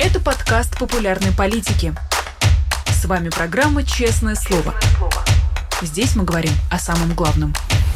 Это подкаст популярной политики. С вами программа «Честное слово». Здесь мы говорим о самом главном.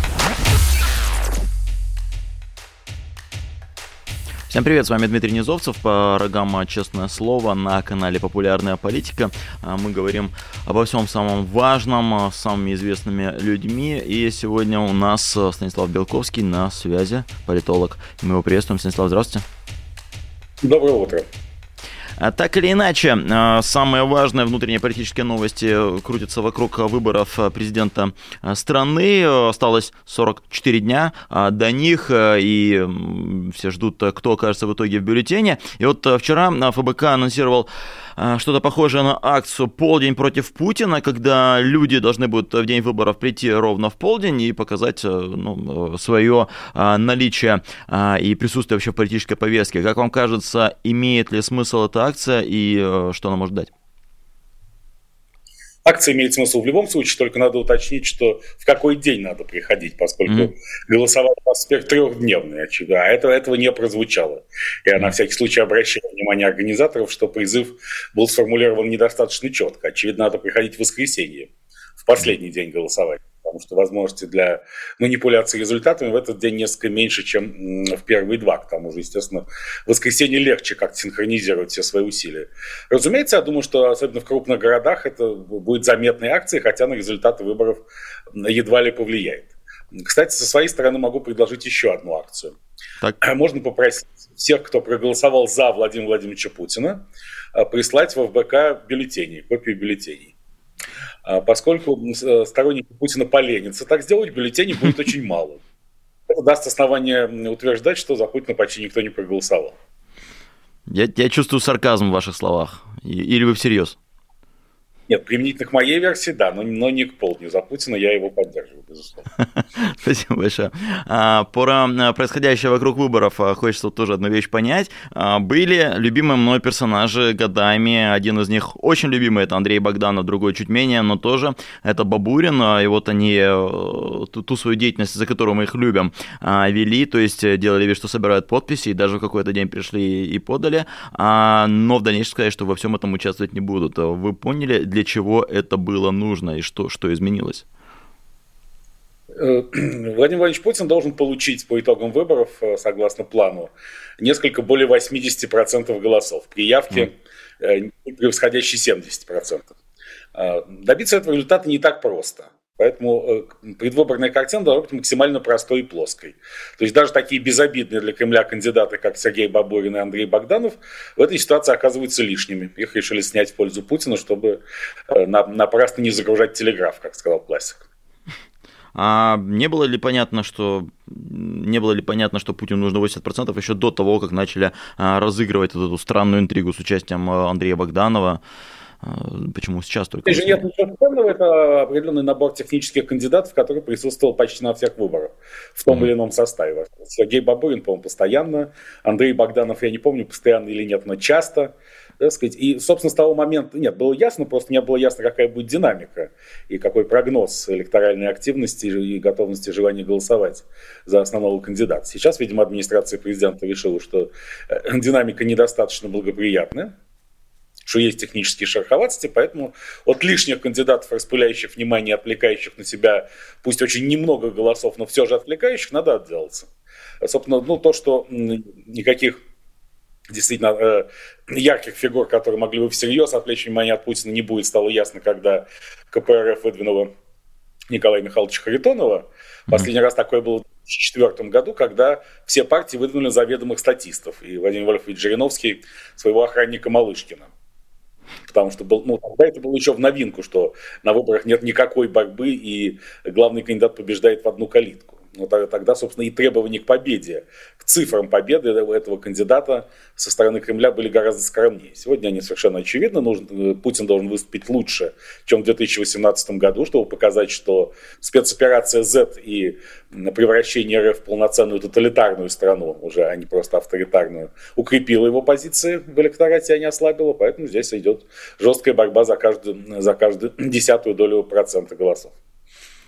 Всем привет, с вами Дмитрий Низовцев, программа «Честное слово» на канале «Популярная политика». Мы говорим обо всем самом важном с самыми известными людьми. И сегодня у нас Станислав Белковский на связи, политолог. Мы его приветствуем. Станислав, здравствуйте. Доброе утро. Так или иначе, самые важные внутренние политические новости крутятся вокруг выборов президента страны. Осталось 44 дня до них, и все ждут, кто окажется в итоге в бюллетене. И вот вчера ФБК анонсировал что-то похожее на акцию «Полдень против Путина», когда люди должны будут в день выборов прийти ровно в полдень и показать свое наличие и присутствие вообще в политической повестке. Как вам кажется, имеет ли смысл эта акция и что она может дать? Акция имеет смысл в любом случае, только надо уточнить, что в какой день надо приходить, поскольку голосование у нас теперь трехдневное, а этого не прозвучало. Я на всякий случай обращаю внимание организаторов, что призыв был сформулирован недостаточно четко. Очевидно, надо приходить в воскресенье, в последний день голосования, потому что возможности для манипуляции результатами в этот день несколько меньше, чем в первые два. К тому же, естественно, в воскресенье легче как-то синхронизировать все свои усилия. Разумеется, я думаю, что особенно в крупных городах это будет заметной акцией, хотя на результаты выборов едва ли повлияет. Кстати, со своей стороны могу предложить еще одну акцию. Так. Можно попросить всех, кто проголосовал за Владимира Владимировича Путина, прислать в ФБК бюллетени, копии бюллетеней. Поскольку сторонники Путина поленятся так сделать, бюллетеней будет очень мало. Это даст основание утверждать, что за Путина почти никто не проголосовал. Я чувствую сарказм в ваших словах. Или вы всерьез? Нет, применительно к моей версии, да, но не к полдню. За Путина я его поддерживаю, безусловно. Спасибо большое. Про происходящее вокруг выборов хочется тоже одну вещь понять. Были любимые мной персонажи годами. Один из них очень любимый, это Андрей Богданов, другой чуть менее, но тоже это Бабурин. И вот они ту свою деятельность, за которую мы их любим, вели, то есть делали вид, что собирают подписи, и даже в какой-то день пришли и подали. Но в дальнейшем сказали, что во всем этом участвовать не будут. Вы поняли, для чего это было нужно и что изменилось? Владимир Владимирович Путин должен получить по итогам выборов, согласно плану, несколько более 80% голосов. При явке превосходящей 70%. Добиться этого результата не так просто. Поэтому предвыборная картина должна быть максимально простой и плоской. То есть даже такие безобидные для Кремля кандидаты, как Сергей Бабурин и Андрей Богданов, в этой ситуации оказываются лишними. Их решили снять в пользу Путина, чтобы напрасно не загружать телеграф, как сказал классик. А не было ли понятно, что Путину нужно 80% еще до того, как начали разыгрывать эту странную интригу с участием Андрея Богданова? Почему сейчас только? Здесь же нет ничего странного, это определенный набор технических кандидатов, который присутствовал почти на всех выборах в том или ином составе. Сергей Бабурин, по-моему, постоянно, Андрей Богданов, я не помню, постоянно или нет, но часто. Так сказать. И, собственно, с того момента, было ясно, просто не было ясно, какая будет динамика и какой прогноз электоральной активности и готовности желания голосовать за основного кандидата. Сейчас, видимо, администрация президента решила, что динамика недостаточно благоприятная, что есть технические шероховатости, поэтому от лишних кандидатов, распыляющих внимание, отвлекающих на себя, пусть очень немного голосов, но все же отвлекающих, надо отделаться. Собственно, то, что никаких действительно ярких фигур, которые могли бы всерьез отвлечь внимание от Путина, не будет, стало ясно, когда КПРФ выдвинула Николая Михайловича Харитонова. Последний раз такое было в 2004 году, когда все партии выдвинули заведомых статистов, и Владимир Вольфович Жириновский своего охранника Малышкина. Потому что тогда это было еще в новинку, что на выборах нет никакой борьбы, и главный кандидат побеждает в одну калитку. Но тогда, собственно, и требования к победе, к цифрам победы этого кандидата со стороны Кремля были гораздо скромнее. Сегодня они совершенно очевидны. Путин должен выступить лучше, чем в 2018 году, чтобы показать, что спецоперация Z и превращение РФ в полноценную тоталитарную страну, уже, а не просто авторитарную, укрепила его позиции в электорате, а не ослабила. Поэтому здесь идет жесткая борьба за каждую 0,1% голосов.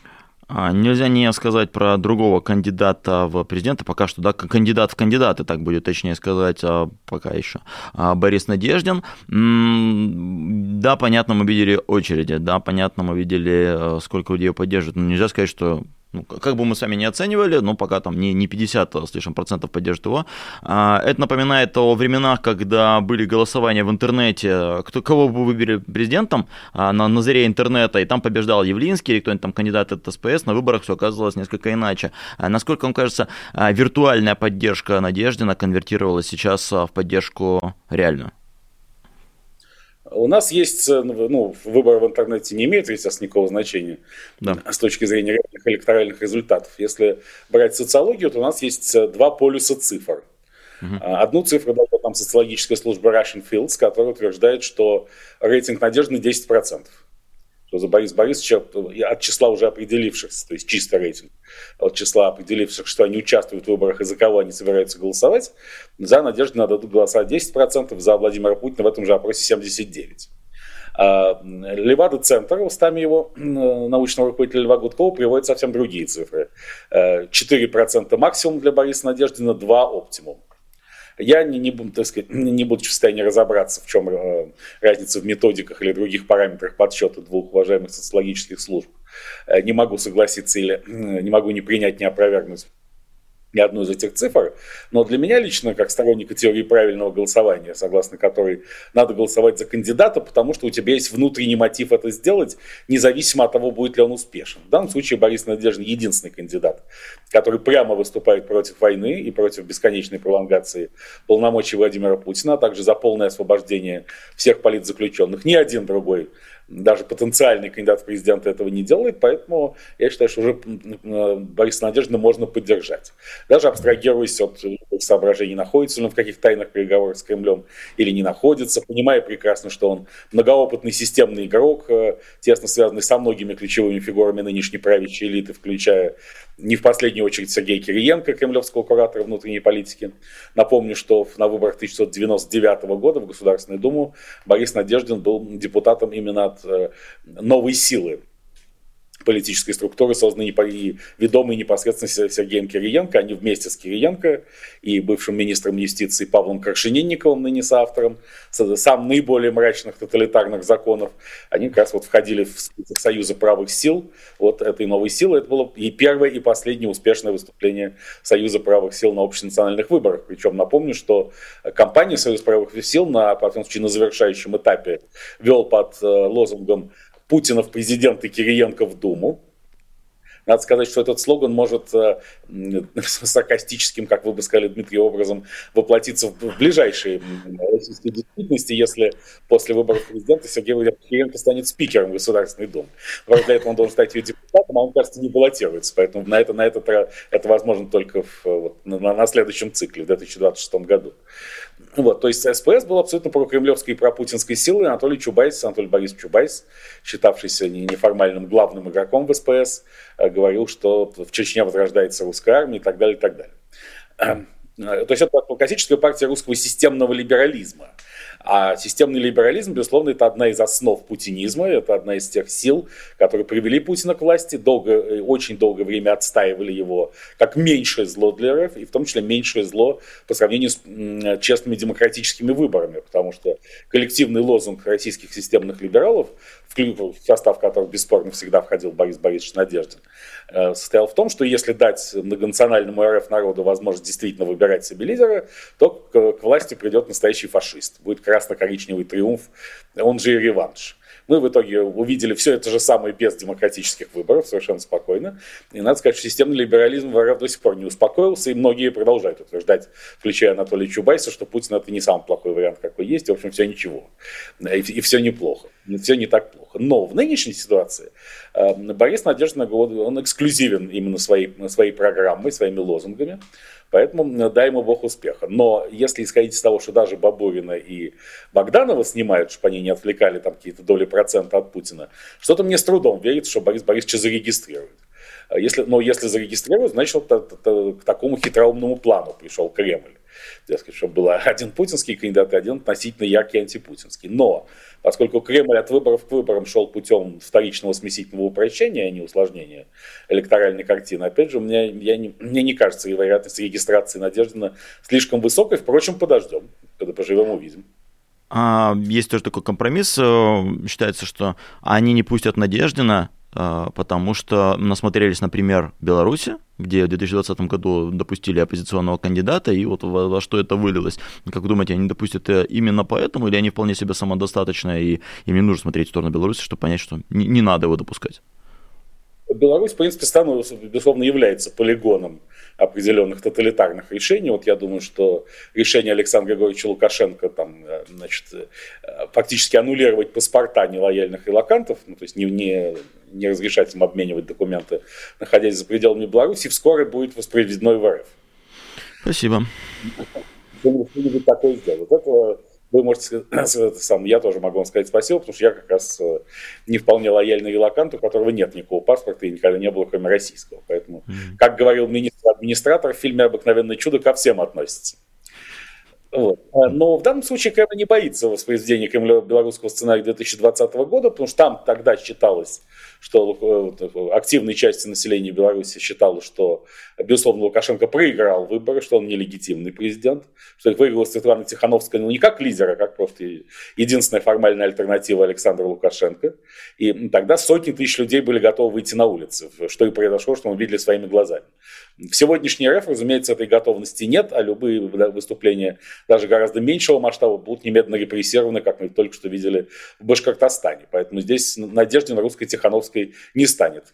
Нельзя не сказать про другого кандидата в президенты, пока что, да, кандидат в кандидаты, так будет точнее сказать, пока еще. Борис Надеждин. Да, понятно, мы видели очереди, да, понятно, мы видели, сколько людей его поддерживают, но нельзя сказать, что как бы мы с вами не оценивали, но пока там не 50 с лишним процентов поддержит его. Это напоминает о временах, когда были голосования в интернете, кого вы выбрали президентом на заре интернета, и там побеждал Явлинский или кто-нибудь там кандидат от СПС, на выборах все оказывалось несколько иначе. Насколько вам кажется, виртуальная поддержка Надеждина конвертировалась сейчас в поддержку реальную? У нас есть, выборы в интернете не имеют, естественно, никакого значения, да, с точки зрения реальных электоральных результатов. Если брать социологию, то у нас есть два полюса цифр. Одну цифру дает там социологическая служба Russian Fields, которая утверждает, что рейтинг Надеждины 10%. Что за Борис Борисовича от числа уже определившихся, то есть чисто рейтинг, от числа определивших, что они участвуют в выборах и за кого они собираются голосовать, за Надеждина дадут голоса 10%, за Владимира Путина в этом же опросе 79%. Левада-центр, устами его научного руководителя Льва Гудкова, приводит совсем другие цифры. 4% максимум для Бориса Надеждина, 2% оптимум. Я не буду в состоянии разобраться, в чем разница в методиках или других параметрах подсчета двух уважаемых социологических служб. Не могу согласиться или не могу не принять, не опровергнуть ни одну из этих цифр, но для меня лично, как сторонника теории правильного голосования, согласно которой надо голосовать за кандидата, потому что у тебя есть внутренний мотив это сделать, независимо от того, будет ли он успешен. В данном случае Борис Надеждин единственный кандидат, который прямо выступает против войны и против бесконечной пролонгации полномочий Владимира Путина, а также за полное освобождение всех политзаключенных. Ни один другой, даже потенциальный кандидат в президенты этого не делает, поэтому я считаю, что уже Бориса Надеждина можно поддержать. Даже абстрагируясь от соображений, находится ли он в каких-то тайных переговорах с Кремлем или не находится, понимая прекрасно, что он многоопытный системный игрок, тесно связанный со многими ключевыми фигурами нынешней правящей элиты, включая не в последнюю очередь Сергея Кириенко, кремлевского куратора внутренней политики. Напомню, что на выборах 1999 года в Государственную Думу Борис Надеждин был депутатом именно от новой силы политической структуры, созданной и ведомой непосредственно Сергеем Кириенко. Они вместе с Кириенко и бывшим министром юстиции Павлом Крашенинниковым, ныне соавтором самых наиболее мрачных тоталитарных законов, они как раз вот входили в список Союза правых сил, вот этой новой силы. Это было и первое, и последнее успешное выступление Союза правых сил на общенациональных выборах. Причем напомню, что кампания Союза правых сил на завершающем этапе вел под лозунгом «Путина в президенты, Кириенко в Думу». Надо сказать, что этот слоган может саркастическим, как вы бы сказали, Дмитрий, образом воплотиться в ближайшей российской действительности, если после выборов президента Сергей Владимирович Кириенко станет спикером Государственной Думы. Правда, для этого он должен стать ее депутатом, а он, кажется, не баллотируется. Поэтому это возможно только на следующем цикле, в 2026 году. Вот, то есть СПС был абсолютно прокремлевской и пропутинской силой. Анатолий Борисович Чубайс, считавшийся неформальным главным игроком в СПС, говорил, что в Чечне возрождается русская армия и так далее, и так далее. То есть это классическая партия русского системного либерализма. А системный либерализм, безусловно, это одна из основ путинизма, это одна из тех сил, которые привели Путина к власти, очень долгое время отстаивали его как меньшее зло для РФ, и в том числе меньшее зло по сравнению с честными демократическими выборами, потому что коллективный лозунг российских системных либералов, в состав которых бесспорно всегда входил Борис Борисович Надеждин, состоял в том, что если дать многонациональному РФ народу возможность действительно выбирать себе лидера, то к власти придет настоящий фашист. Будет красно-коричневый триумф, он же и реванш. Мы в итоге увидели все это же самое без демократических выборов, совершенно спокойно. И надо сказать, что системный либерализм в РФ до сих пор не успокоился, и многие продолжают утверждать, включая Анатолия Чубайса, что Путин это не самый плохой вариант, какой есть, и, в общем, все ничего. И все неплохо. Все не так плохо. Но в нынешней ситуации Борис Надеждин, он эксклюзивен именно своей программой, своими лозунгами. Поэтому дай ему Бог успеха. Но если исходить из того, что даже Бабурина и Богданова снимают, чтобы они не отвлекали там какие-то доли процента от Путина, что-то мне с трудом верится, что Борис Борисович зарегистрирует. Если зарегистрируют, значит, к такому хитроумному плану пришел Кремль. так сказать, чтобы был один путинский кандидат и один относительно яркий антипутинский. Но поскольку Кремль от выборов к выборам шел путем вторичного смесительного упрощения, а не усложнения электоральной картины, опять же, мне не кажется вероятность регистрации Надеждина слишком высокой. Впрочем, подождем, когда поживем, увидим. Есть тоже такой компромисс. Считается, что они не пустят Надеждина, потому что насмотрелись, например, в Беларуси, где в 2020 году допустили оппозиционного кандидата, и вот во что это вылилось. Как вы думаете, они допустят именно поэтому, или они вполне себе самодостаточны, и им не нужно смотреть в сторону Беларуси, чтобы понять, что не надо его допускать? Беларусь, в принципе, безусловно, является полигоном определенных тоталитарных решений. Вот я думаю, что решение Александра Григорьевича Лукашенко фактически аннулировать паспорта нелояльных релокантов, то есть не разрешать им обменивать документы, находясь за пределами Беларуси, вскоре будет воспроизведено и в РФ. Спасибо. Что-нибудь такое сделать. Это вы можете сказать, я тоже могу вам сказать спасибо, потому что я как раз не вполне лояльный релокант, у которого нет никакого паспорта и никогда не было, кроме российского. Поэтому, как говорил министр-администратор, в фильме «Обыкновенное чудо» ко всем относится. Вот. Но в данном случае Кремль не боится воспроизведения кремлево-белорусского сценария 2020 года, потому что там тогда считалось, что активной части населения Беларуси считало, что, безусловно, Лукашенко проиграл выборы, что он нелегитимный президент, что их выиграла Светлана Тихановская, не как лидера, а как просто единственная формальная альтернатива Александру Лукашенко. И тогда сотни тысяч людей были готовы выйти на улицы, что и произошло, что мы видели своими глазами. В сегодняшней РФ, разумеется, этой готовности нет, а любые выступления даже гораздо меньшего масштаба будут немедленно репрессированы, как мы только что видели в Башкортостане. Поэтому здесь надежды на русской Тихановской не станет.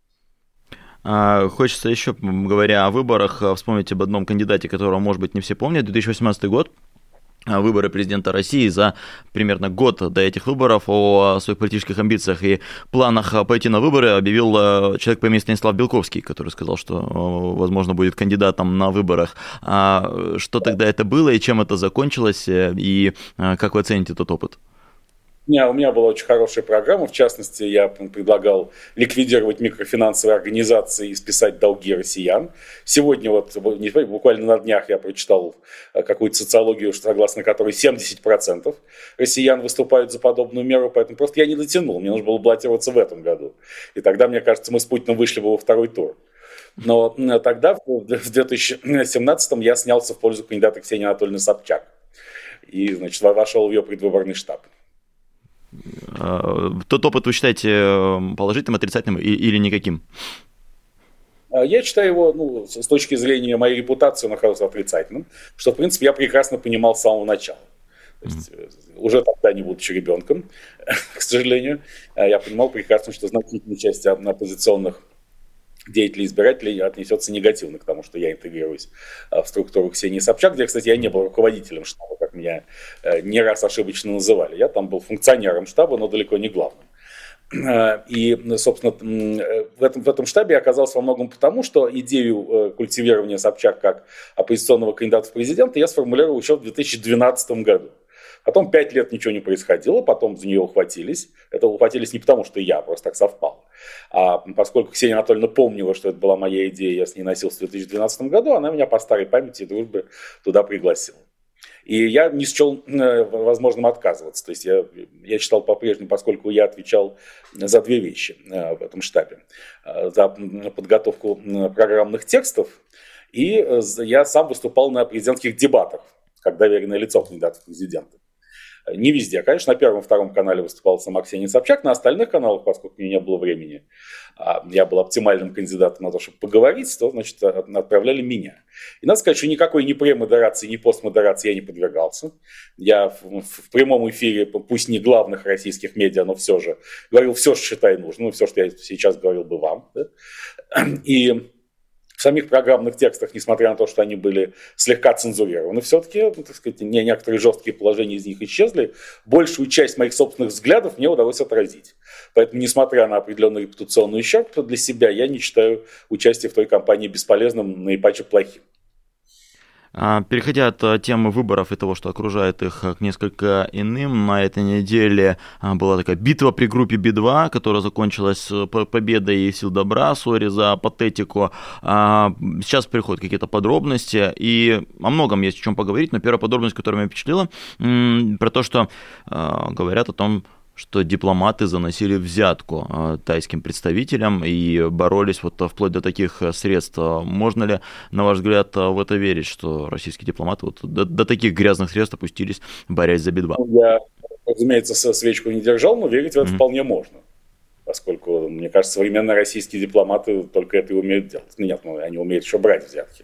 Хочется еще, говоря о выборах, вспомнить об одном кандидате, которого, может быть, не все помнят. 2018 год. Выборы президента России. За примерно год до этих выборов о своих политических амбициях и планах пойти на выборы объявил человек по имени Станислав Белковский, который сказал, что, возможно, будет кандидатом на выборах. Что тогда это было и чем это закончилось, и как вы оцените этот опыт? У меня была очень хорошая программа, в частности, я предлагал ликвидировать микрофинансовые организации и списать долги россиян. Сегодня, буквально на днях я прочитал какую-то социологию, согласно которой 70% россиян выступают за подобную меру, поэтому просто я не дотянул, мне нужно было баллотироваться в этом году. И тогда, мне кажется, мы с Путиным вышли бы во второй тур. Но тогда, в 2017-м, я снялся в пользу кандидата Ксении Анатольевны Собчак и, вошел в ее предвыборный штаб. Тот опыт вы считаете положительным, отрицательным или никаким? Я считаю его, с точки зрения моей репутации, он оказался отрицательным, что, в принципе, я прекрасно понимал с самого начала. То есть, уже тогда, не будучи ребенком, к сожалению, я понимал прекрасно, что значительная часть оппозиционных деятелей, избирателей отнесется негативно к тому, что я интегрируюсь в структуру Ксении Собчак, где, кстати, я не был руководителем штаба, как меня не раз ошибочно называли. Я там был функционером штаба, но далеко не главным. И, собственно, в этом штабе я оказался во многом потому, что идею культивирования Собчак как оппозиционного кандидата в президенты я сформулировал еще в 2012 году. Потом 5 лет ничего не происходило, потом за нее ухватились. Это ухватились не потому, что я, просто так совпало. А поскольку Ксения Анатольевна помнила, что это была моя идея, я с ней носился в 2012 году, она меня по старой памяти и дружбе туда пригласила. И я не счел возможным отказываться. То есть я считал по-прежнему, поскольку я отвечал за две вещи в этом штабе. За подготовку программных текстов, и я сам выступал на президентских дебатах, как доверенное лицо кандидата в президенты. Не везде. Конечно, на первом и втором канале выступала сама Ксения Собчак, на остальных каналах, поскольку у меня не было времени, я был оптимальным кандидатом на то, чтобы поговорить, то, отправляли меня. И надо сказать, что никакой ни премодерации, ни постмодерации я не подвергался. Я в прямом эфире, пусть не главных российских медиа, но все же говорил все, что считаю нужным, все, что я сейчас говорил бы вам. Да? И в самих программных текстах, несмотря на то, что они были слегка цензурированы, все-таки, некоторые жесткие положения из них исчезли, большую часть моих собственных взглядов мне удалось отразить. Поэтому, несмотря на определенный репутационный ущерб для себя, я не считаю участие в той кампании бесполезным, наипаче плохим. Переходя от темы выборов и того, что окружает их, к несколько иным, на этой неделе была такая битва при группе Би-2, которая закончилась победой сил добра, сори за патетику. Сейчас приходят какие-то подробности, и о многом есть о чем поговорить, но первая подробность, которая меня впечатлила, про то, что говорят о том, что дипломаты заносили взятку тайским представителям и боролись вот вплоть до таких средств. Можно ли, на ваш взгляд, в это верить, что российские дипломаты вот до таких грязных средств опустились, борясь за Би-2? Я, разумеется, свечку не держал, но верить в это вполне можно. Поскольку, мне кажется, современные российские дипломаты только это и умеют делать. Нет, они умеют еще брать взятки.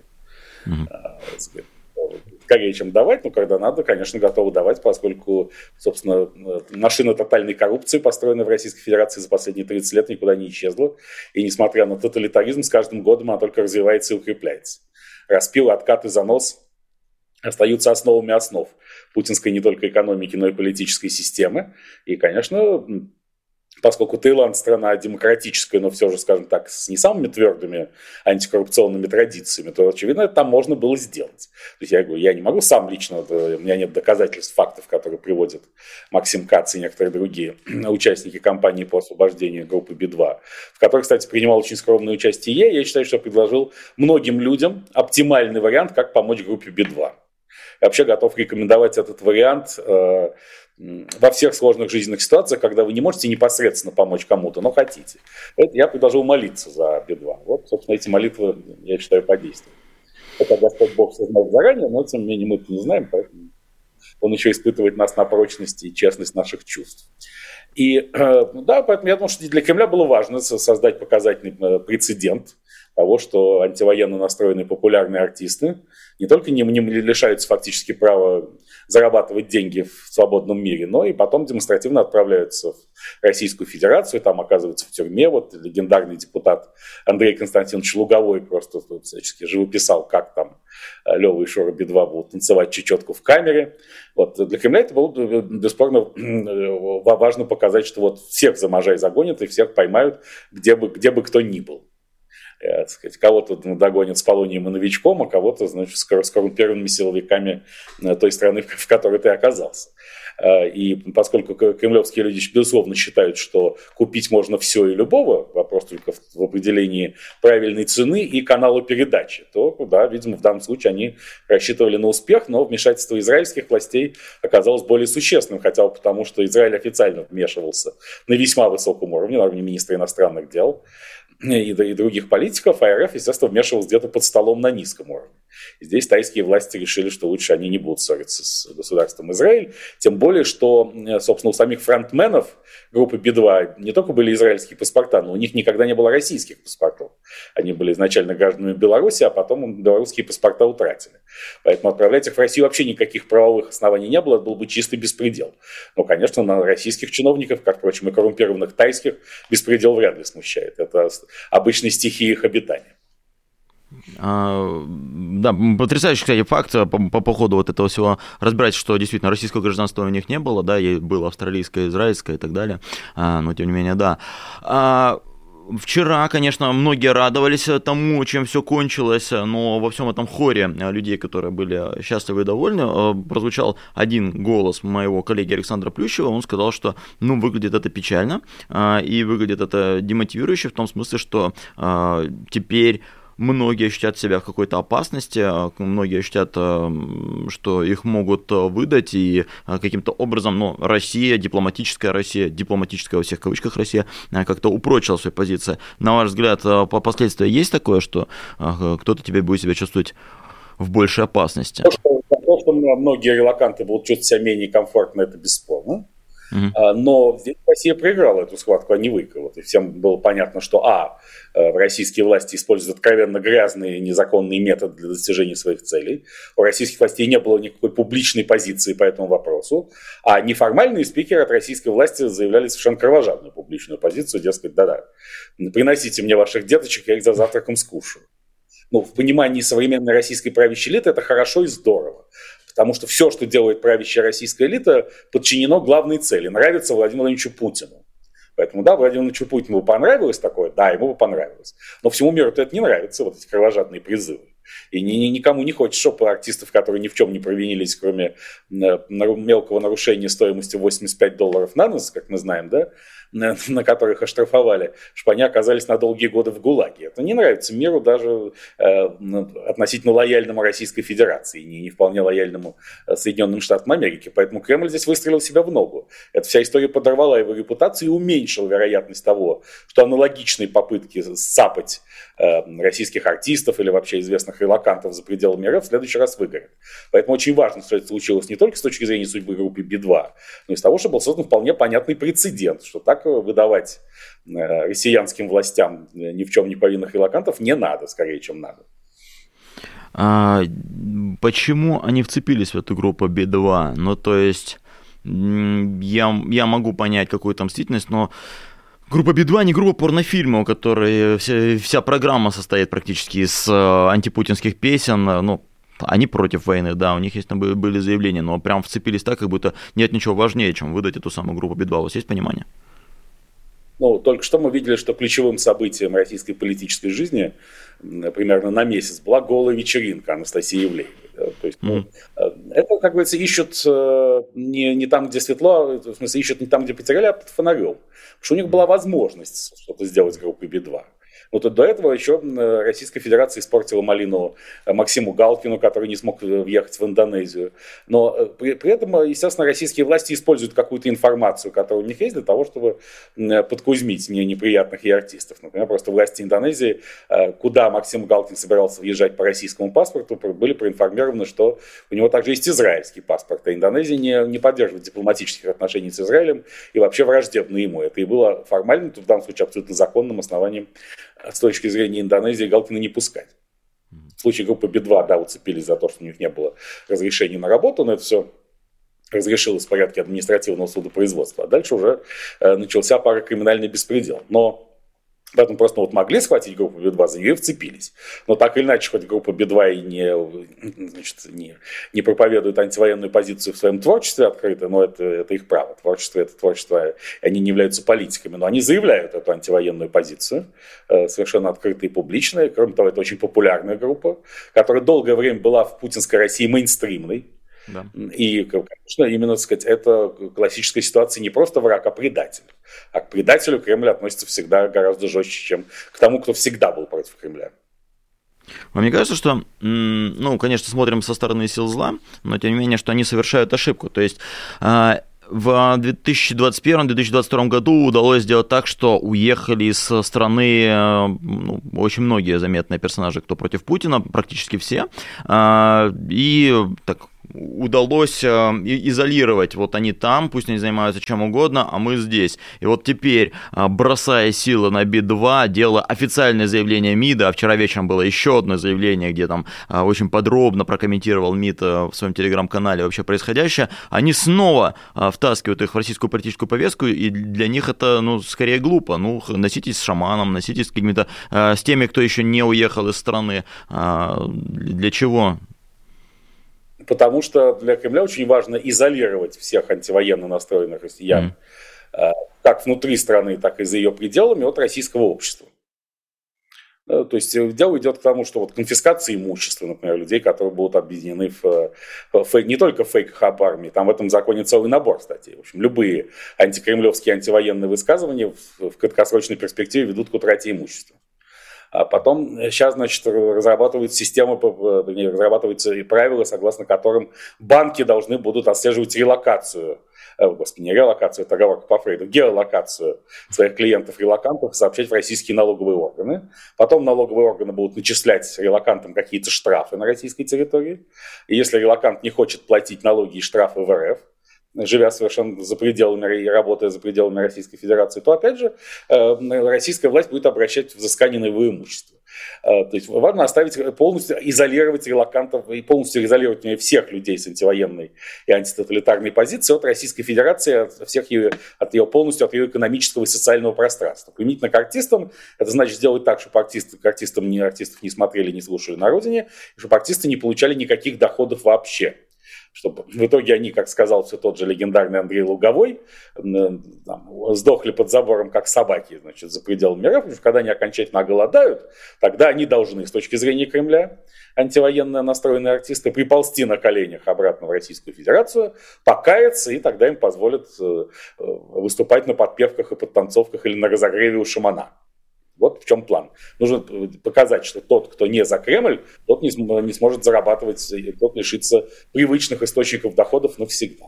Скорее, чем давать, но когда надо, конечно, готовы давать, поскольку, собственно, машина тотальной коррупции, построенная в Российской Федерации за последние 30 лет, никуда не исчезла. И несмотря на тоталитаризм, с каждым годом она только развивается и укрепляется. Распил, откат и занос остаются основами основ путинской не только экономики, но и политической системы. И, конечно, поскольку Таиланд страна демократическая, но все же, скажем так, с не самыми твердыми антикоррупционными традициями, то, очевидно, это там можно было сделать. То есть я говорю, я не могу сам лично, у меня нет доказательств, фактов, которые приводят Максим Кац и некоторые другие участники кампании по освобождению группы Би-2, в которой, кстати, принимал очень скромное участие я считаю, что предложил многим людям оптимальный вариант, как помочь группе Би-2. Я вообще готов рекомендовать этот вариант во всех сложных жизненных ситуациях, когда вы не можете непосредственно помочь кому-то, но хотите. Это я предложил молиться за Би-2. Вот, собственно, эти молитвы, я считаю, подействуют. Это Господь Бог все знает заранее, но тем не менее мы это не знаем, поэтому Он еще испытывает нас на прочность и честность наших чувств. И да, поэтому я думаю, что для Кремля было важно создать показательный прецедент того, что антивоенно настроенные популярные артисты не только не лишаются фактически права зарабатывать деньги в свободном мире, но и потом демонстративно отправляются в Российскую Федерацию, там оказываются в тюрьме. Вот легендарный депутат Андрей Константинович Луговой просто всячески живописал, как там Лёва и Шура Би-2 будут танцевать чечетку в камере. Вот. Для Кремля это было бесспорно важно показать, что вот всех за Можай загонят и всех поймают, где бы кто ни был. Сказать, кого-то догонят с полонием и новичком, а кого-то, значит, с коррумпированными силовиками той страны, в которой ты оказался. И поскольку кремлевские люди, безусловно, считают, что купить можно все и любого, вопрос только в определении правильной цены и канала передачи, то, да, видимо, в данном случае они рассчитывали на успех, но вмешательство израильских властей оказалось более существенным, хотя бы потому, что Израиль официально вмешивался на весьма высоком уровне, на уровне министра иностранных дел и других политиков, а РФ, естественно, вмешивался где-то под столом на низком уровне. И здесь тайские власти решили, что лучше они не будут ссориться с государством Израиль, тем более, что, собственно, у самих фронтменов группы Би-2 не только были израильские паспорта, но у них никогда не было российских паспортов. Они были изначально гражданами Беларуси, а потом белорусские паспорта утратили. Поэтому отправлять их в Россию вообще никаких правовых оснований не было, это был бы чистый беспредел. Но, конечно, на российских чиновников, как, впрочем, и коррумпированных тайских, беспредел вряд ли смущает. Это обычной стихии их обитания. Да, потрясающий, кстати, факт по ходу вот этого всего разбирать, что действительно российского гражданства у них не было, да, и было австралийское, израильское и так далее, но тем не менее, да. Вчера, конечно, многие радовались тому, чем все кончилось, но во всем этом хоре людей, которые были счастливы и довольны, прозвучал один голос моего коллеги Александра Плющева. Он сказал, что выглядит это печально и выглядит это демотивирующе в том смысле, что теперь многие ощутят себя в какой-то опасности, многие ощутят, что их могут выдать, и каким-то образом, Россия, дипломатическая во всех кавычках Россия, как-то упрочила свои позиции. На ваш взгляд, последствия есть такое, что кто-то теперь будет себя чувствовать в большей опасности? То, что многие релоканты будут чувствовать себя менее комфортно, это бесспорно. Но здесь Россия проиграла эту схватку, а не выиграла. И всем было понятно, что российские власти используют откровенно грязные незаконные методы для достижения своих целей. У российских властей не было никакой публичной позиции по этому вопросу, а неформальные спикеры от российской власти заявляли совершенно кровожадную публичную позицию, дескать, да-да, приносите мне ваших деточек, я их за завтраком скушаю. В понимании современной российской правящей элиты это хорошо и здорово. Потому что все, что делает правящая российская элита, подчинено главной цели – нравится Владимиру Владимировичу Путину. Поэтому, да, Владимиру Владимировичу Путину бы понравилось такое, да, ему бы понравилось. Но всему миру это не нравится, вот эти кровожадные призывы. И никому не хочется, чтобы артистов, которые ни в чем не провинились, кроме мелкого нарушения стоимостью $85 на нос, как мы знаем, да, на которых оштрафовали, чтобы они оказались на долгие годы в ГУЛАГе. Это не нравится миру, даже относительно лояльному Российской Федерации, не вполне лояльному Соединенным Штатам Америки. Поэтому Кремль здесь выстрелил себя в ногу. Эта вся история подорвала его репутацию и уменьшила вероятность того, что аналогичные попытки сцапать российских артистов или вообще известных релокантов за пределами РФ в следующий раз выгорят. Поэтому очень важно, что это случилось не только с точки зрения судьбы группы Би-2, но и с того, что был создан вполне понятный прецедент, что так выдавать россиянским властям ни в чем не повинных релокантов не надо, скорее, чем надо. Почему они вцепились в эту группу Би-2? Ну, то есть, я могу понять какую-то мстительность, но группа Би-2 не группа порнофильма, у которой вся программа состоит практически из антипутинских песен, ну, они против войны, да, у них есть там были заявления, но прям вцепились так, как будто нет ничего важнее, чем выдать эту самую группу Би-2. У вас есть понимание? Ну, только что мы видели, что ключевым событием российской политической жизни примерно на месяц была голая вечеринка Анастасии Ивлеевой. Да? То есть, это, как говорится, ищут не там, где светло, в смысле, ищут не там, где потеряли, а под фонарем. Потому что у них была возможность что-то сделать с группой Би-2. Вот до этого еще Российская Федерация испортила малину Максиму Галкину, который не смог въехать в Индонезию. Но при этом, естественно, российские власти используют какую-то информацию, которая у них есть, для того, чтобы подкузмить неприятных ей артистов. Например, просто власти Индонезии, куда Максим Галкин собирался въезжать по российскому паспорту, были проинформированы, что у него также есть израильский паспорт. А Индонезия не поддерживает дипломатических отношений с Израилем и вообще враждебна ему. Это и было формально, в данном случае абсолютно законным основанием с точки зрения Индонезии Галкина не пускать. В случае группы Би-2, да, уцепились за то, что у них не было разрешения на работу, но это все разрешилось в порядке административного судопроизводства. А дальше уже начался паракриминальный беспредел. Но поэтому просто могли схватить группу Би-2, за нее вцепились. Но так или иначе, хоть группа Би-2 и не проповедует антивоенную позицию в своем творчестве открыто, но это их право. Творчество – это творчество, и они не являются политиками, но они заявляют эту антивоенную позицию, совершенно открыто и публично. Кроме того, это очень популярная группа, которая долгое время была в путинской России мейнстримной. Да. И, конечно, именно, так сказать, это классическая ситуация не просто враг, а предатель. А к предателю Кремль относится всегда гораздо жестче, чем к тому, кто всегда был против Кремля. Вам не кажется, что, ну, конечно, смотрим со стороны сил зла, но тем не менее, что они совершают ошибку? То есть в 2021-2022 году удалось сделать так, что уехали из страны очень многие заметные персонажи, кто против Путина, практически все, и так удалось изолировать, вот они там, пусть они занимаются чем угодно, а мы здесь. И вот теперь, бросая силы на Би-2, делая официальное заявление МИДа, а вчера вечером было еще одно заявление, где там очень подробно прокомментировал МИД в своем телеграм-канале вообще происходящее, они снова втаскивают их в российскую политическую повестку, и для них это, ну, скорее глупо. Ну, носитесь с шаманом, носитесь с какими-то, с теми, кто еще не уехал из страны. Для чего? Потому что для Кремля очень важно изолировать всех антивоенно настроенных россиян, как внутри страны, так и за ее пределами, от российского общества. То есть дело идет к тому, что вот конфискация имущества, например, людей, которые будут объединены не только в фейках об армии, там в этом законе целый набор статей. В общем, любые антикремлевские, антивоенные высказывания в краткосрочной перспективе ведут к утрате имущества. А потом сейчас, значит, разрабатываются и правила, согласно которым банки должны будут отслеживать релокацию, не релокацию, это оговорка по Фрейду, геолокацию своих клиентов-релокантов и сообщать в российские налоговые органы. Потом налоговые органы будут начислять релокантам какие-то штрафы на российской территории. И если релокант не хочет платить налоги и штрафы в РФ, живя совершенно за пределами и работая за пределами Российской Федерации, то, опять же, российская власть будет обращать взыскание на его имущество. То есть важно полностью изолировать релокантов и полностью изолировать всех людей с антивоенной и антитоталитарной позиции от Российской Федерации, полностью от ее экономического и социального пространства. Применительно к артистам, это значит сделать так, чтобы артистов не смотрели, не слушали на родине, и чтобы артисты не получали никаких доходов вообще. Чтобы в итоге они, как сказал все тот же легендарный Андрей Луговой, сдохли под забором как собаки, значит, за пределами РФ, потому что когда они окончательно оголодают, тогда они должны, с точки зрения Кремля, антивоенно настроенные артисты, приползти на коленях обратно в Российскую Федерацию, покаяться, и тогда им позволят выступать на подпевках и подтанцовках или на разогреве у шамана. Вот в чем план. Нужно показать, что тот, кто не за Кремль, тот не сможет зарабатывать, тот лишится привычных источников доходов навсегда.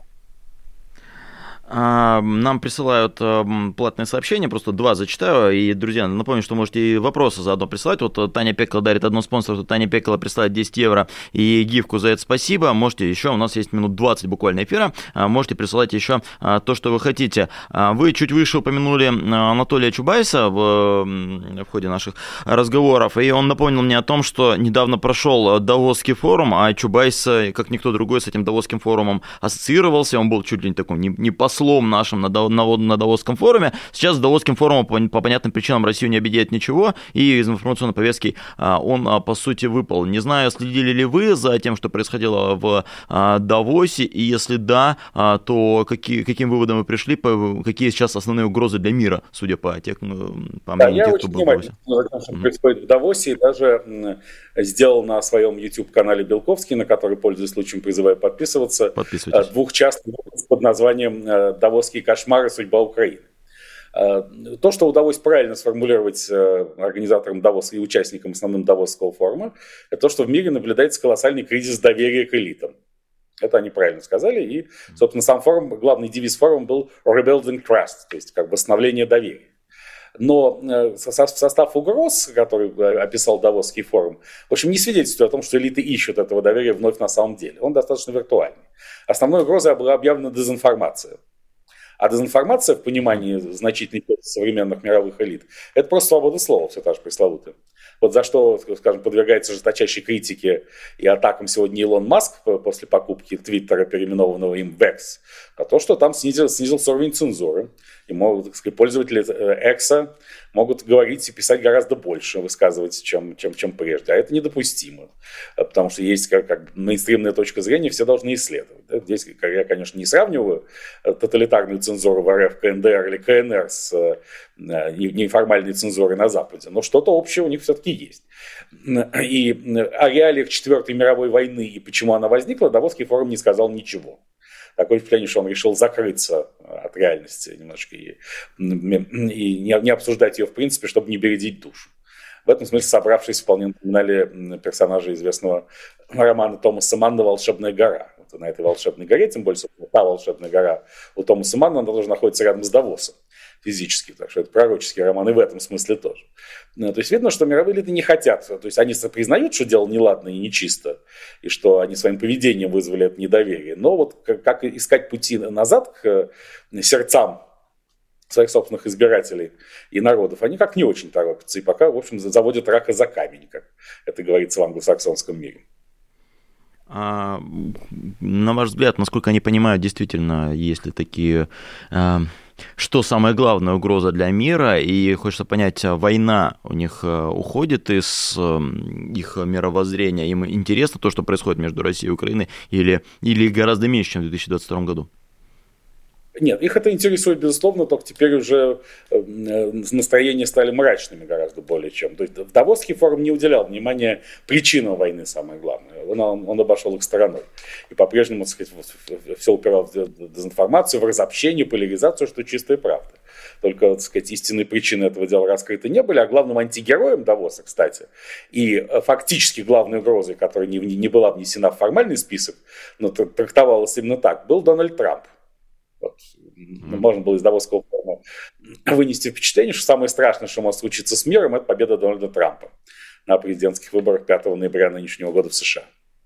Нам присылают платные сообщения, просто 2 зачитаю. И, друзья, напомню, что можете и вопросы заодно присылать. Вот Таня Пекла дарит одно спонсорство, Таня Пекла присылает 10 евро и гифку за это спасибо. Можете еще, у нас есть минут 20 буквально эфира, можете присылать еще то, что вы хотите. Вы чуть выше упомянули Анатолия Чубайса в ходе наших разговоров, и он напомнил мне о том, что недавно прошел Давосский форум, а Чубайс, как никто другой, с этим Давосским форумом ассоциировался. Он был чуть ли не такой, не послом нашим на Давосском форуме. Сейчас с Давосским форумом по понятным причинам Россию не объединяет ничего, и из информационной повестки он, по сути, выпал. Не знаю, следили ли вы за тем, что происходило в Давосе, и если да, то каким выводом вы пришли, какие сейчас основные угрозы для мира, судя по мнению тех, кто был в Давосе? Я очень внимательно, что происходит в Давосе, и даже сделал на своем YouTube-канале Белковский, на который, пользуясь случаем, призываю подписываться, двухчастный выпуск под названием «Давосские кошмары. Судьба Украины». То, что удалось правильно сформулировать организаторам Давоса и участникам основным Давосского форума, это то, что в мире наблюдается колоссальный кризис доверия к элитам. Это они правильно сказали. И, собственно, сам форум, главный девиз форума был «Rebuilding Trust», то есть как бы восстановление доверия. Но состав угроз, который описал Давосский форум, в общем, не свидетельствует о том, что элиты ищут этого доверия вновь на самом деле. Он достаточно виртуальный. Основной угрозой была объявлена дезинформация. А дезинформация в понимании значительной части современных мировых элит – это просто свобода слова, все та же пресловутая. Вот за что, скажем, подвергается жесточайшей критике и атакам сегодня Илон Маск после покупки Твиттера, переименованного им в X, а то, что там снизился уровень цензуры. И так сказать, пользователи X могут говорить и писать гораздо больше, высказывать, чем прежде. А это недопустимо, потому что есть как мейнстримная точка зрения, все должны исследовать. Здесь я, конечно, не сравниваю тоталитарную цензуру в РФ, КНДР или КНР с неформальной цензурой на Западе, но что-то общее у них все-таки есть. И о реалиях Четвертой мировой войны и почему она возникла Давосский форум не сказал ничего. Такое впечатление, что он решил закрыться от реальности немножко и не обсуждать ее в принципе, чтобы не бередить душу. В этом смысле собравшись вполне напоминали персонажа известного романа Томаса Манна «Волшебная гора». Вот на этой волшебной горе, тем более, та волшебная гора у Томаса Манна, она тоже находится рядом с Давосом физически, так что это пророческий роман и в этом смысле тоже. То есть видно, что мировые элиты не хотят, то есть они признают, что дело неладно и нечисто, и что они своим поведением вызвали это недоверие, но вот как искать пути назад к сердцам своих собственных избирателей и народов, они как не очень торопятся, и пока, в общем, заводят рака за камень, как это говорится в англосаксонском мире. А, на ваш взгляд, насколько они понимают, действительно, есть ли такие... Что самая главная угроза для мира, и хочется понять, война у них уходит из их мировоззрения, им интересно то, что происходит между Россией и Украиной, или гораздо меньше, чем в 2022 году? Нет, их это интересует, безусловно, только теперь уже настроения стали мрачными гораздо более чем. То есть в Давосский форум не уделял внимания причинам войны, самое главное. Он обошел их стороной. И по-прежнему, так сказать, все упирал в дезинформацию, в разобщение, поляризацию, что чистая правда. Только, так сказать, истинные причины этого дела раскрыты не были, а главным антигероем Давоса, кстати, и фактически главной угрозой, которая не была внесена в формальный список, но трактовалась именно так, был Дональд Трамп. Вот. Можно было из Давосского форума вынести впечатление, что самое страшное, что может случиться с миром, это победа Дональда Трампа на президентских выборах 5 ноября нынешнего года в США.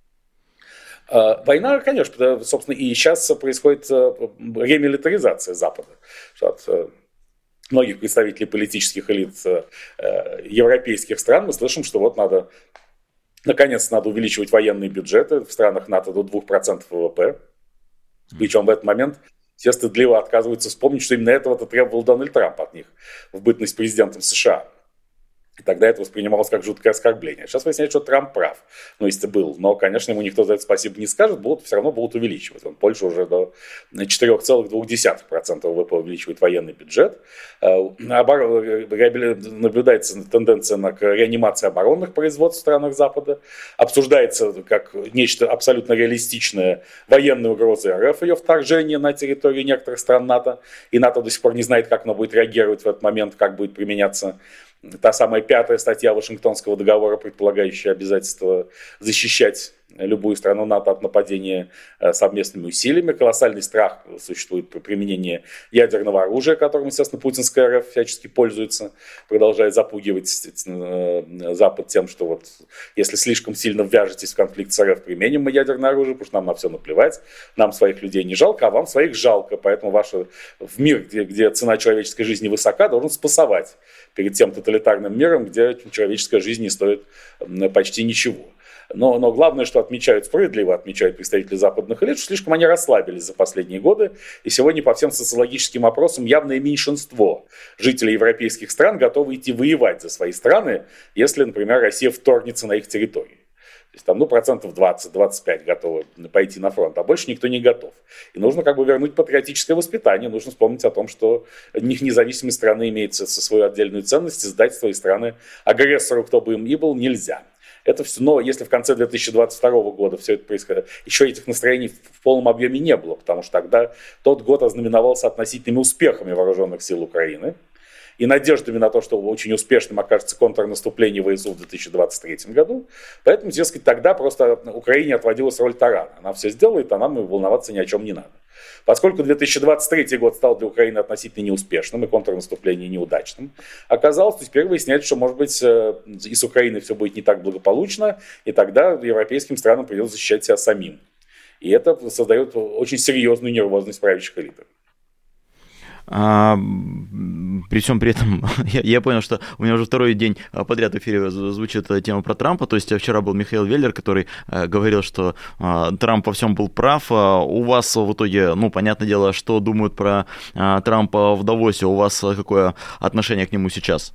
Война, конечно, собственно, и сейчас происходит ремилитаризация Запада. От многих представителей политических элит европейских стран мы слышим, что вот наконец-то надо увеличивать военные бюджеты в странах НАТО до 2% ВВП. Причем в этот момент все стыдливо отказываются вспомнить, что именно этого-то требовал Дональд Трамп от них в бытность президентом США. Тогда это воспринималось как жуткое оскорбление. Сейчас выясняется, что Трамп прав. Ну, если был. Но, конечно, ему никто за это спасибо не скажет, все равно будут увеличивать. Польша уже до 4,2% ВВП увеличивает военный бюджет. Наблюдается тенденция к реанимации оборонных производств в странах Запада. Обсуждается как нечто абсолютно реалистичное военная угроза РФ, ее вторжение на территорию некоторых стран НАТО. И НАТО до сих пор не знает, как оно будет реагировать в этот момент, как будет применяться та самая 5-я статья Вашингтонского договора, предполагающая обязательство защищать любую страну НАТО от нападения совместными усилиями. Колоссальный страх существует при применении ядерного оружия, которым, естественно, путинская РФ всячески пользуется, продолжает запугивать Запад тем, что вот если слишком сильно ввяжетесь в конфликт с РФ, применим мы ядерное оружие, потому что нам на все наплевать, нам своих людей не жалко, а вам своих жалко, поэтому в мир, где цена человеческой жизни высока, должен спасовать перед тем тоталитарным миром, где человеческая жизнь не стоит почти ничего. Но главное, что справедливо отмечают представители западных элит, что слишком они расслабились за последние годы. И сегодня по всем социологическим опросам явное меньшинство жителей европейских стран готовы идти воевать за свои страны, если, например, Россия вторгнется на их территорию. То есть там, 20-25% готовы пойти на фронт, а больше никто не готов. И нужно вернуть патриотическое воспитание, нужно вспомнить о том, что независимая страна имеет свою отдельную ценность, и сдать свои страны агрессору, кто бы им ни был, нельзя. Это все, но если в конце 2022 года все это происходит, еще этих настроений в полном объеме не было, потому что тогда тот год ознаменовался относительными успехами вооруженных сил Украины и надеждами на то, что очень успешным окажется контрнаступление ВСУ в 2023 году. Поэтому, дескать, тогда просто Украине отводилась роль тарана. Она все сделает, а нам волноваться ни о чем не надо. Поскольку 2023 год стал для Украины относительно неуспешным и контрнаступление неудачным, оказалось, что теперь выясняется, что, может быть, и с Украиной все будет не так благополучно, и тогда европейским странам придется защищать себя самим. И это создает очень серьезную нервозность в правящих элитах. При всем при этом я понял, что у меня уже второй день подряд в эфире звучит тема про Трампа. То есть вчера был Михаил Веллер, который говорил, что Трамп во всем был прав. У вас в итоге, понятное дело, что думают про Трампа в Давосе. У вас какое отношение к нему сейчас?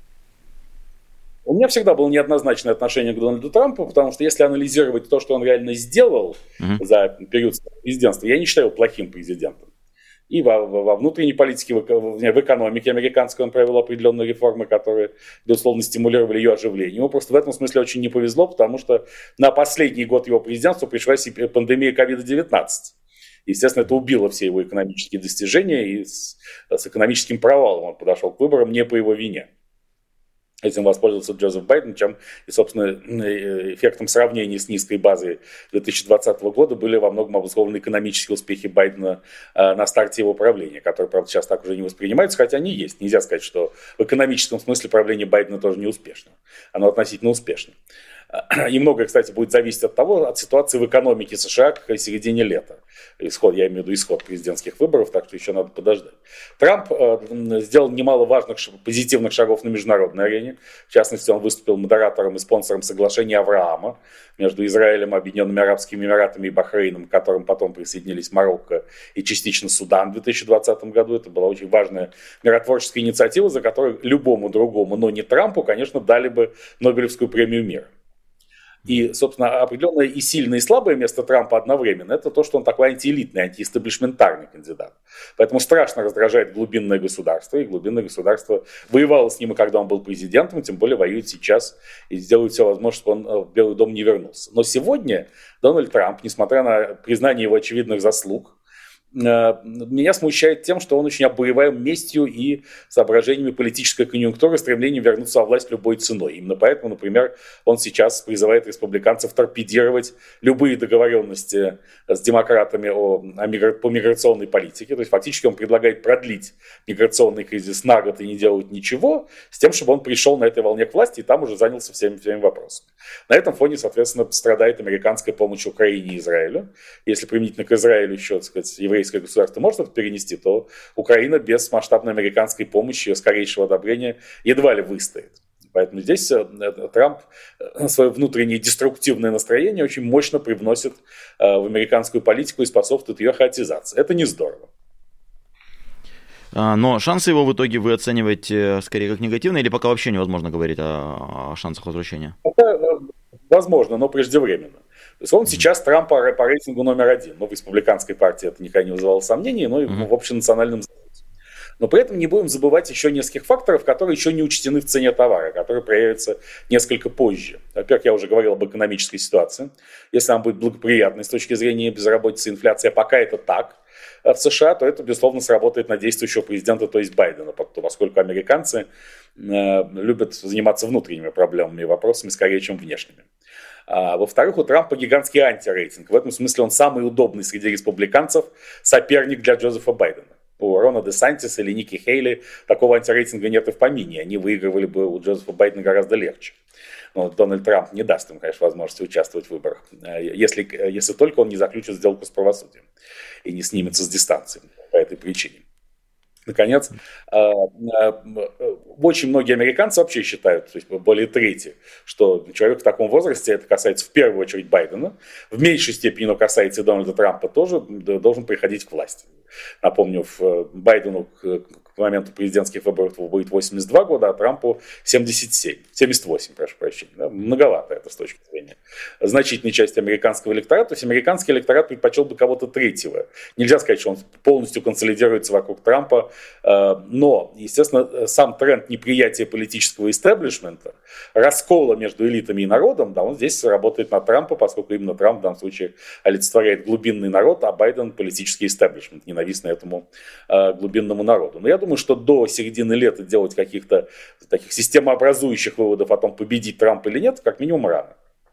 У меня всегда было неоднозначное отношение к Дональду Трампу, потому что если анализировать то, что он реально сделал за период президентства, я не считаю его плохим президентом. И во внутренней политике, в экономике американской он провел определенные реформы, которые, безусловно, стимулировали ее оживление. Ему просто в этом смысле очень не повезло, потому что на последний год его президентства пришлась пандемия COVID-19. Естественно, это убило все его экономические достижения, и с экономическим провалом он подошел к выборам не по его вине. Этим воспользовался Джозеф Байден, чем и, собственно, эффектом сравнения с низкой базой 2020 года были во многом обусловлены экономические успехи Байдена на старте его правления, которые, правда, сейчас так уже не воспринимаются, хотя они есть. Нельзя сказать, что в экономическом смысле правление Байдена тоже не успешно. Оно относительно успешно. И многое, кстати, будет зависеть от ситуации в экономике США к середине лета. Я имею в виду исход президентских выборов, так что еще надо подождать. Трамп сделал немало важных позитивных шагов на международной арене. В частности, он выступил модератором и спонсором соглашения Авраама между Израилем, Объединенными Арабскими Эмиратами и Бахрейном, к которым потом присоединились Марокко и частично Судан в 2020 году. Это была очень важная миротворческая инициатива, за которую любому другому, но не Трампу, конечно, дали бы Нобелевскую премию мира. И, собственно, определенное и сильное, и слабое место Трампа одновременно – это то, что он такой антиэлитный, антиэстаблишментарный кандидат. Поэтому страшно раздражает глубинное государство, и глубинное государство воевало с ним, и когда он был президентом, тем более воюет сейчас, и сделает все возможное, чтобы он в Белый дом не вернулся. Но сегодня Дональд Трамп, несмотря на признание его очевидных заслуг, меня смущает тем, что он очень обуреваем местью и соображениями политической конъюнктуры, стремлением вернуться во власть любой ценой. Именно поэтому, например, он сейчас призывает республиканцев торпедировать любые договоренности с демократами по миграционной политике. То есть фактически он предлагает продлить миграционный кризис на год и не делать ничего, с тем, чтобы он пришел на этой волне к власти и там уже занялся всеми вопросами. На этом фоне, соответственно, страдает американская помощь Украине и Израилю. Если применительно к Израилю еще, так сказать, еврейское государство может это перенести, то Украина без масштабной американской помощи и скорейшего одобрения едва ли выстоит. Поэтому здесь Трамп свое внутреннее деструктивное настроение очень мощно привносит в американскую политику и способствует ее хаотизации. Это не здорово. Но шансы его в итоге вы оцениваете скорее как негативные, или пока вообще невозможно говорить о шансах возвращения? Это возможно, но преждевременно. То есть он сейчас Трамп по рейтингу номер 1. Но в республиканской партии это никогда не вызывало сомнений, но и в общенациональном запросе. Но при этом не будем забывать еще нескольких факторов, которые еще не учтены в цене товара, которые проявятся несколько позже. Во-первых, я уже говорил об экономической ситуации. Если она будет благоприятной с точки зрения безработицы и инфляции, а пока это так в США, то это, безусловно, сработает на действующего президента, то есть Байдена, поскольку американцы любят заниматься внутренними проблемами и вопросами скорее, чем внешними. Во-вторых, у Трампа гигантский антирейтинг. В этом смысле он самый удобный среди республиканцев соперник для Джозефа Байдена. У Рона де Сантиса или Ники Хейли такого антирейтинга нет и в помине. Они выигрывали бы у Джозефа Байдена гораздо легче. Но Дональд Трамп не даст им, конечно, возможности участвовать в выборах, если только он не заключит сделку с правосудием и не снимется с дистанции по этой причине. Наконец, очень многие американцы вообще считают, то есть более трети, что человек в таком возрасте, это касается в первую очередь Байдена, в меньшей степени, но касается и Дональда Трампа, тоже должен приходить к власти. Напомню, Байдену к моменту президентских выборов будет 82 года, а Трампу 78, прошу прощения. Да? Многовато это с точки зрения значительной части американского электората. То есть американский электорат предпочел бы кого-то третьего. Нельзя сказать, что он полностью консолидируется вокруг Трампа, но, естественно, сам тренд неприятия политического истеблишмента, раскола между элитами и народом, да, он здесь работает на Трампа, поскольку именно Трамп в данном случае олицетворяет глубинный народ, а Байден политический истеблишмент, ненавистный этому глубинному народу. Но я думаю, что до середины лета делать каких-то таких системообразующих выводов о том, победить Трамп или нет, как минимум рано.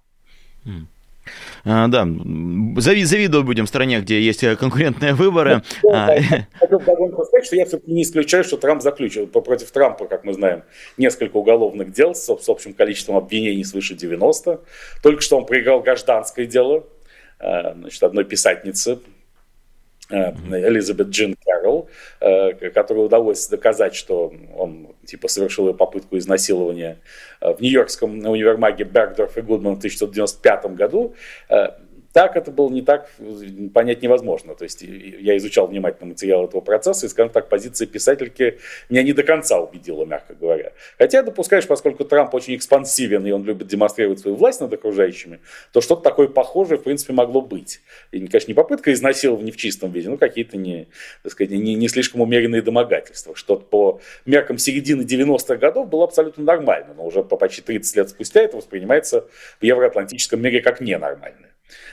Да, завидовать будем стране, где есть конкурентные выборы. Хочу сказать, что я все-таки не исключаю, что Трамп заключил против Трампа, как мы знаем, несколько уголовных дел с общим количеством обвинений свыше 90. Только что он проиграл гражданское дело, значит, одной писательницы, Элизабет Джин Кэрролл, которой удалось доказать, что он совершил попытку изнасилования в нью-йоркском универмаге Бергдорф и Гудман в 1995 году. Так это было не так, понять невозможно. То есть я изучал внимательно материал этого процесса, и, скажем так, позиция писательки меня не до конца убедила, мягко говоря. Хотя, допускаешь, поскольку Трамп очень экспансивен, и он любит демонстрировать свою власть над окружающими, то что-то такое похожее, в принципе, могло быть. И, конечно, не попытка изнасилования в чистом виде, но какие-то не слишком умеренные домогательства. Что по меркам середины 90-х годов было абсолютно нормально, но уже по почти 30 лет спустя это воспринимается в евроатлантическом мире как ненормально.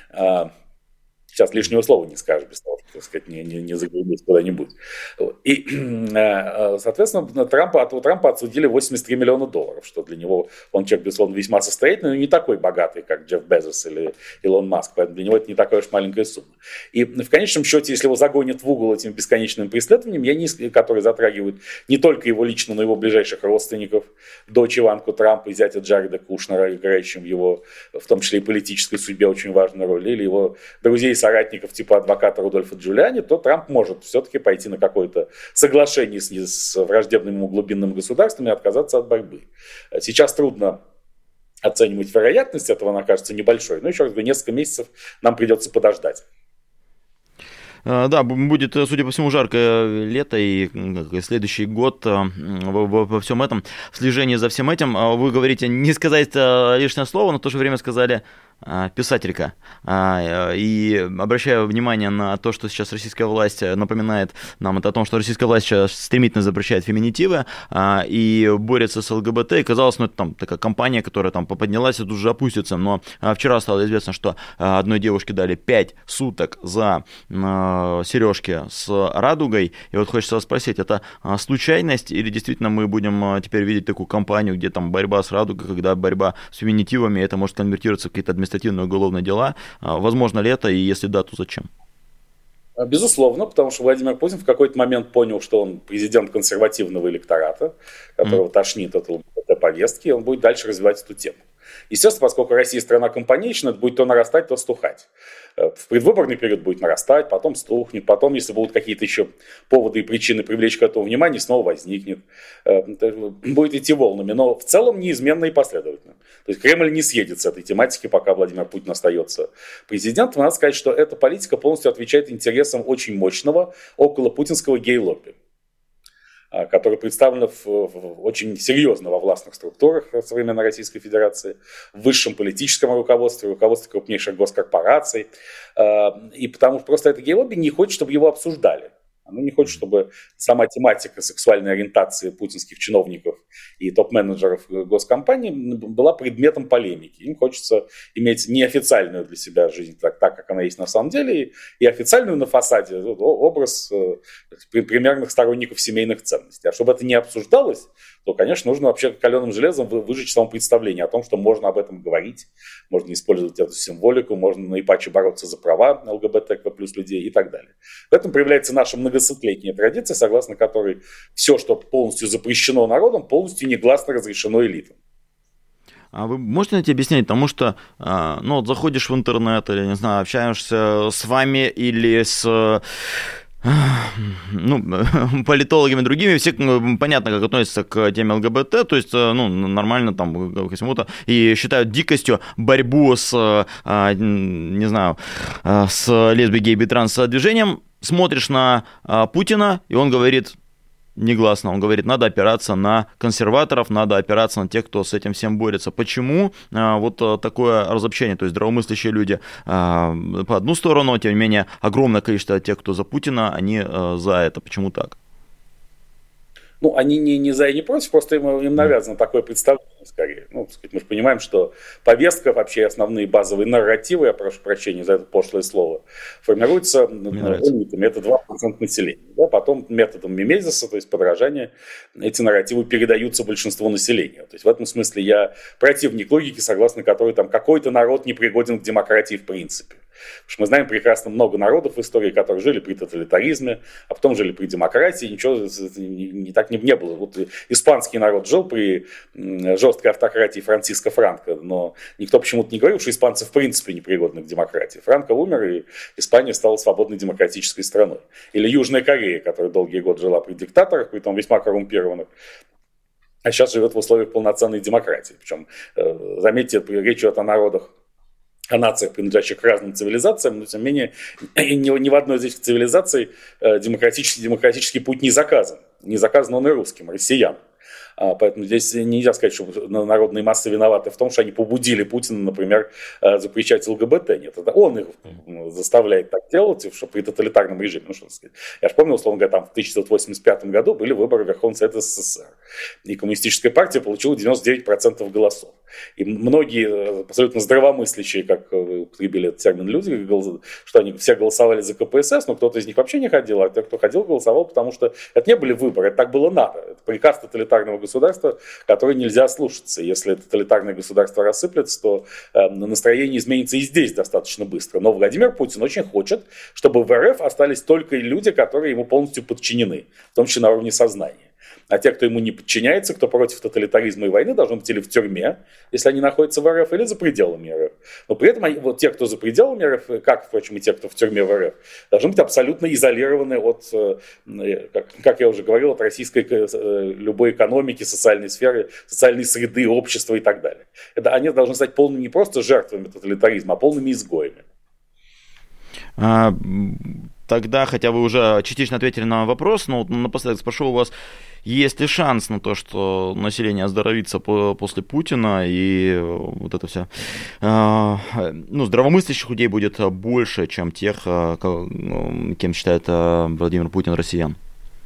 Сейчас лишнего слова не скажешь без того, что, так сказать, не заглянуть куда-нибудь. И, соответственно, у Трампа отсудили $83 миллиона, что для него, он человек, безусловно, весьма состоятельный, но не такой богатый, как Джефф Безос или Илон Маск, поэтому для него это не такая уж маленькая сумма. И в конечном счете, если его загонят в угол этим бесконечным преследованием, которые затрагивают не только его лично, но и его ближайших родственников, дочь Иванку Трампа и зятя Джареда Кушнера, играющим в его, в том числе и политической судьбе, очень важную роль, или его друзей и соратников типа адвоката Рудольфа Джулиани, то Трамп может все-таки пойти на какое-то соглашение с враждебными ему глубинными государствами и отказаться от борьбы. Сейчас трудно оценивать вероятность этого, она кажется небольшой, но еще раз говорю, несколько месяцев нам придется подождать. Да, будет, судя по всему, жаркое лето и следующий год во всем этом, в слежении за всем этим. Вы говорите, не сказать лишнее слово, но в то же время сказали писателька. И обращаю внимание на то, что сейчас российская власть напоминает нам это о том, что российская власть сейчас стремительно запрещает феминитивы и борется с ЛГБТ. И казалось, это там такая компания, которая там поднялась и тут же опустится. Но вчера стало известно, что одной девушке дали 5 суток за сережки с радугой. И вот хочется вас спросить, это случайность или действительно мы будем теперь видеть такую кампанию, где там борьба с радугой, когда борьба с феминитивами, это может конвертироваться в какие-то административные уголовные дела? Возможно ли это, и если да, то зачем? Безусловно, потому что Владимир Путин в какой-то момент понял, что он президент консервативного электората, которого тошнит от ЛГБТ-повестки, и он будет дальше развивать эту тему. Естественно, поскольку Россия страна компанейщина, это будет то нарастать, то стухать. В предвыборный период будет нарастать, потом стухнет, потом, если будут какие-то еще поводы и причины привлечь к этому внимание, снова возникнет. Будет идти волнами, но в целом неизменно и последовательно. То есть Кремль не съедет с этой тематики, пока Владимир Путин остается президентом. Надо сказать, что эта политика полностью отвечает интересам очень мощного околопутинского гей-лобби. которое представлено очень серьезно во властных структурах современной Российской Федерации, в высшем политическом руководстве, руководстве крупнейших госкорпораций. И потому что просто это гей-лобби не хочет, чтобы его обсуждали. Оно не хочет, чтобы сама тематика сексуальной ориентации путинских чиновников и топ-менеджеров госкомпаний была предметом полемики. Им хочется иметь неофициальную для себя жизнь, так как она есть на самом деле, и официальную на фасаде образ примерных сторонников семейных ценностей. А чтобы это не обсуждалось, то, конечно, нужно вообще каленым железом выжечь само представление о том, что можно об этом говорить, можно использовать эту символику, можно наипаче бороться за права ЛГБТК плюс людей и так далее. В этом проявляется наша многосотлетняя традиция, согласно которой все, что полностью запрещено народом, полностью негласно разрешено элитам. А вы можете найти объяснение тому, что вот заходишь в интернет или, не знаю, общаешься с вами или с политологами другими, все понятно, как относятся к теме ЛГБТ, то есть, нормально там ко всему-то, и считают дикостью борьбу с, не знаю, с лесби-гей-би-транс-движением. Смотришь на Путина, и он говорит негласно, он говорит, надо опираться на консерваторов, надо опираться на тех, кто с этим всем борется. Почему вот такое разобщение? То есть здравомыслящие люди по одну сторону, тем не менее огромное количество тех, кто за Путина, они за это. Почему так? Они не за и не против, просто им навязано такое представление скорее. Мы же понимаем, что повестка, вообще основные базовые нарративы, я прошу прощения за это пошлое слово, формируются элитами, это 2% населения. Да? Потом методом мимезиса, то есть подражания, эти нарративы передаются большинству населения. То есть в этом смысле я противник логики, согласно которой там какой-то народ не пригоден к демократии в принципе. Потому что мы знаем прекрасно много народов в истории, которые жили при тоталитаризме, а потом жили при демократии, ничего не было. Вот испанский народ жил при жесткой автократии Франциско Франко, но никто почему-то не говорил, что испанцы в принципе не пригодны к демократии. Франко умер, и Испания стала свободной демократической страной. Или Южная Корея, которая долгие годы жила при диктаторах, притом весьма коррумпированных, а сейчас живет в условиях полноценной демократии. Причем, заметьте, речь идет о народах, о нациях, принадлежащих к разным цивилизациям, но тем не менее ни в одной из этих цивилизаций демократический путь не заказан. Не заказан он и русским, россиянам. Поэтому здесь нельзя сказать, что народные массы виноваты в том, что они побудили Путина, например, запрещать ЛГБТ. Нет, это он их заставляет так делать, что при тоталитарном режиме. Я же помню, условно говоря, там в 1985 году были выборы в Верховный Совет СССР. И коммунистическая партия получила 99% голосов. И многие абсолютно здравомыслящие, как употребили этот термин люди, что они все голосовали за КПСС, но кто-то из них вообще не ходил, а те, кто ходил, голосовал, потому что это не были выборы, это так было надо. Это приказ тоталитарного государства, который нельзя слушаться. Если тоталитарное государство рассыплется, то настроение изменится и здесь достаточно быстро. Но Владимир Путин очень хочет, чтобы в РФ остались только люди, которые ему полностью подчинены, в том числе на уровне сознания. А те, кто ему не подчиняется, кто против тоталитаризма и войны, должны быть или в тюрьме, если они находятся в РФ, или за пределами РФ. Но при этом вот те, кто за пределами РФ, как, впрочем, и те, кто в тюрьме в РФ, должны быть абсолютно изолированы от, как я уже говорил, от российской любой экономики, социальной сферы, социальной среды, общества и так далее. Они должны стать полными не просто жертвами тоталитаризма, а полными изгоями. Тогда, хотя вы уже частично ответили на вопрос, но напоследок спрошу у вас, есть ли шанс на то, что население оздоровится после Путина и вот это все? Здравомыслящих людей будет больше, чем тех, кем считает Владимир Путин россиян?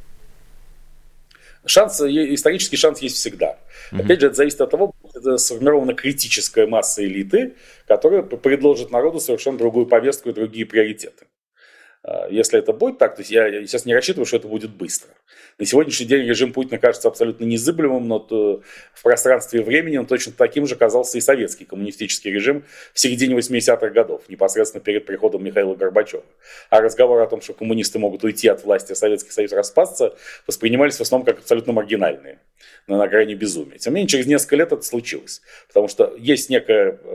Исторический шанс есть всегда. Опять же, это зависит от того, будет сформирована критическая масса элиты, которая предложит народу совершенно другую повестку и другие приоритеты. Если это будет так, то есть я сейчас не рассчитываю, что это будет быстро. На сегодняшний день режим Путина кажется абсолютно незыблемым, но в пространстве и времени он точно таким же казался и советский коммунистический режим в середине 80-х годов, непосредственно перед приходом Михаила Горбачева. А разговоры о том, что коммунисты могут уйти от власти, а Советский Союз распасться, воспринимались в основном как абсолютно маргинальные, на грани безумия. Тем не менее, через несколько лет это случилось, потому что есть некая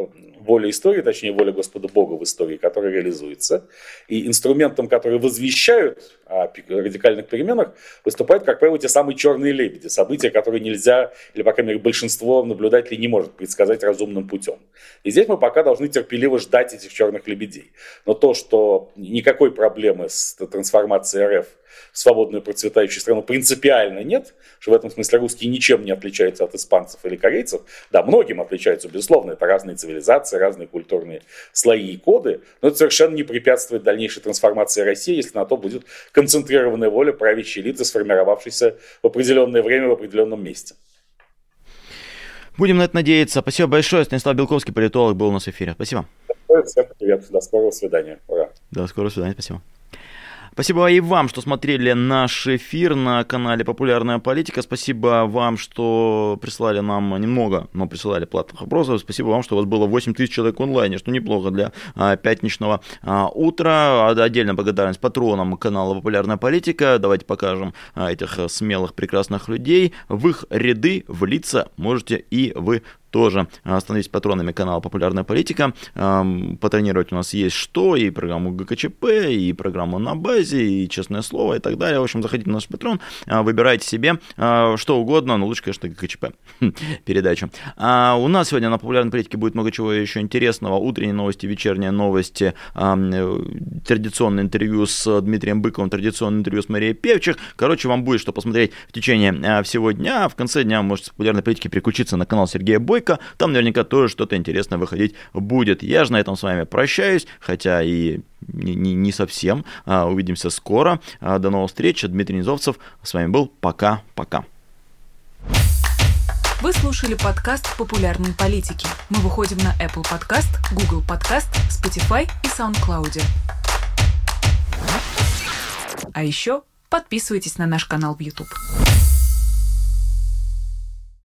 воля истории, точнее воля Господа Бога в истории, которая реализуется. И инструментом, который возвещают о радикальных переменах, выступают, как правило, те самые черные лебеди, события, которые нельзя, или, по крайней мере, большинство наблюдателей не может предсказать разумным путем. И здесь мы пока должны терпеливо ждать этих черных лебедей. Но то, что никакой проблемы с трансформацией РФ в свободную процветающую страну принципиально нет, что в этом смысле русские ничем не отличаются от испанцев или корейцев. Да, многим отличаются, безусловно, это разные цивилизации, разные культурные слои и коды, но это совершенно не препятствует дальнейшей трансформации России, если на то будет концентрированная воля правящей элиты, сформировавшейся в определенное время в определенном месте. Будем на это надеяться. Спасибо большое. Станислав Белковский, политолог, был у нас в эфире. Спасибо. Всем привет. До скорого свидания. Ура. До скорого свидания. Спасибо. Спасибо и вам, что смотрели наш эфир на канале «Популярная политика». Спасибо вам, что прислали нам немного, но присылали платных вопросов. Спасибо вам, что у вас было 8 тысяч человек в онлайне, что неплохо для пятничного утра. Отдельная благодарность патронам канала «Популярная политика». Давайте покажем этих смелых, прекрасных людей. В их ряды влиться можете и вы тоже. Становитесь патронами канала «Популярная политика». Потренировать у нас есть что, и программу ГКЧП, и программу «На базе», и «Честное слово», и так далее. В общем, заходите на наш патрон, выбирайте себе что угодно, но лучше, конечно, ГКЧП передачу. У нас сегодня на «Популярной политике» будет много чего еще интересного. Утренние новости, вечерние новости, традиционное интервью с Дмитрием Быковым, традиционное интервью с Марией Певчих. Короче, вам будет что посмотреть в течение всего дня. В конце дня можете с «Популярной политики» переключиться на канал Сергея Бойко. Там наверняка тоже что-то интересное выходить будет. Я же на этом с вами прощаюсь, хотя и не совсем. Увидимся скоро. До новых встреч. Дмитрий Низовцев с вами был. Пока-пока. Вы слушали подкаст «Популярной политики». Мы выходим на Apple Podcast, Google Podcast, Spotify и SoundCloud. А еще подписывайтесь на наш канал в YouTube.